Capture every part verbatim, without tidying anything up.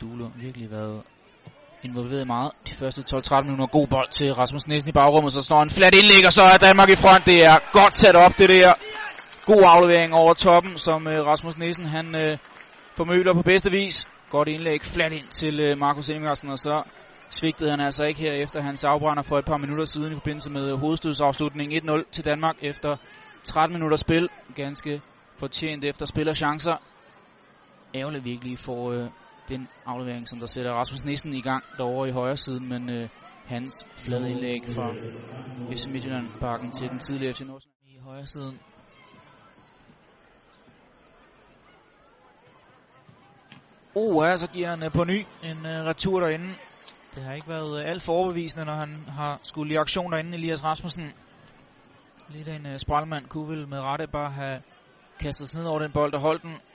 Duelund virkelig været involveret meget de første tolv tretten minutter. God bold til Rasmus Nissen i bagrummet, så står en flat indlæg, og så er Danmark i front. Det er godt sat op, det der. God aflevering over toppen, som øh, Rasmus Nissen han øh, formøler på bedste vis. Godt indlæg, flat ind til øh, Markus Ingersen, og så svigtede han altså ikke her efter hans afbrænder for et par minutter siden i forbindelse med hovedstødsafslutningen. et nul til Danmark efter tretten minutter spil. Ganske fortjent efter spillerchancer. Ærgerligt virkelig for øh, den aflevering, som der sætter Rasmus Nissen i gang derovre i højre siden, men øh, hans flade indlæg fra F C Midtjylland-bakken til den tidligere F C Nordsjælland i højre siden. Uh, ja, så giver han uh, på ny en uh, retur derinde. Det har ikke været uh, alt for overbevisende, når han har skulle i aktion derinde, Elias Rasmussen. Lidt en uh, sprælmand kunne vel med rette bare have kastet sig ned over den bold, der holdt den.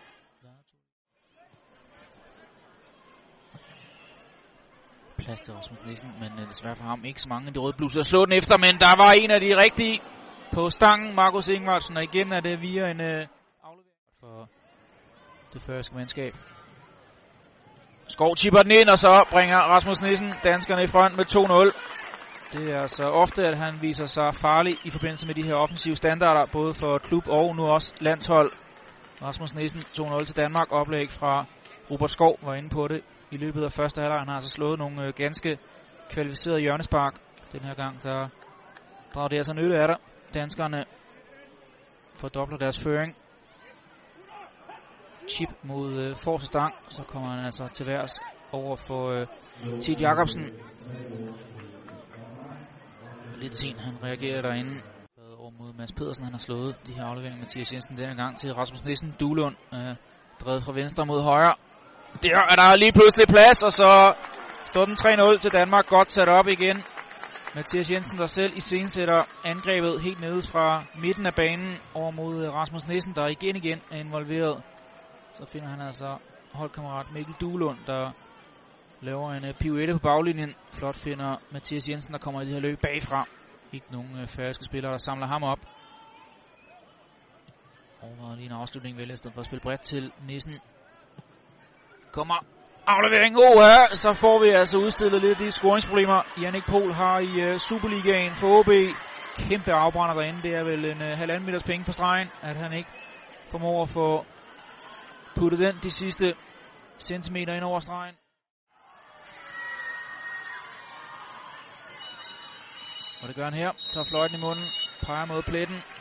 Plads til Rasmus Nissen, men uh, desværre for ham ikke så mange af de røde bluser at slå den efter, men der var en af de rigtige på stangen, Markus Ingvartsen, og igen er det via en uh, aflevering for det første mandskab. Skov chipper den ind, og så bringer Rasmus Nissen danskerne i front med to nul. Det er altså ofte, at han viser sig farlig i forbindelse med de her offensive standarder, både for klub og nu også landshold. Rasmus Nissen to nul til Danmark. Oplæg fra Robert Skov var inde på det i løbet af første halvleg. Han har altså slået nogle øh, ganske kvalificerede hjørnespark. Den her gang, der drager det altså nytte af det. Danskerne fordobler deres føring. Chip mod øh, forreste stang, så kommer han altså til værs over for øh, Tid Jacobsen. Lidt sent, han reagerer derinde. Over mod Mads Pedersen, han har slået de her afleveringer. Mathias Jensen denne gang til Rasmus Nissen. Duelund øh, drevet fra venstre mod højre. Der er der lige pludselig plads, og så står den tre nul til Danmark. Godt sat op igen. Mathias Jensen, der selv iscenesætter angrebet helt nede fra midten af banen over mod øh, Rasmus Nissen, der igen igen er involveret. Så finder han altså holdkammerat Mikkel Duelund, der laver en uh, pirouette på baglinjen. Flot finder Mathias Jensen, der kommer i det her løb bagfra. Ikke nogen uh, færøske spillere, der samler ham op. Overvejer lige en afslutning, vælger i stedet for at spille bredt til Nissen. Kommer aflevering. Oh, ja. Så får vi altså udstillet lidt de scoringsproblemer, Jannik Pohl har i uh, Superligaen for O B. Kæmpe afbrænder derinde. Det er vel en uh, halvanden meters penge for stregen, at han ikke formår at få puttet den de sidste centimeter ind over stregen. Og det gør han her. Tager fløjten i munden. Peger mod pletten.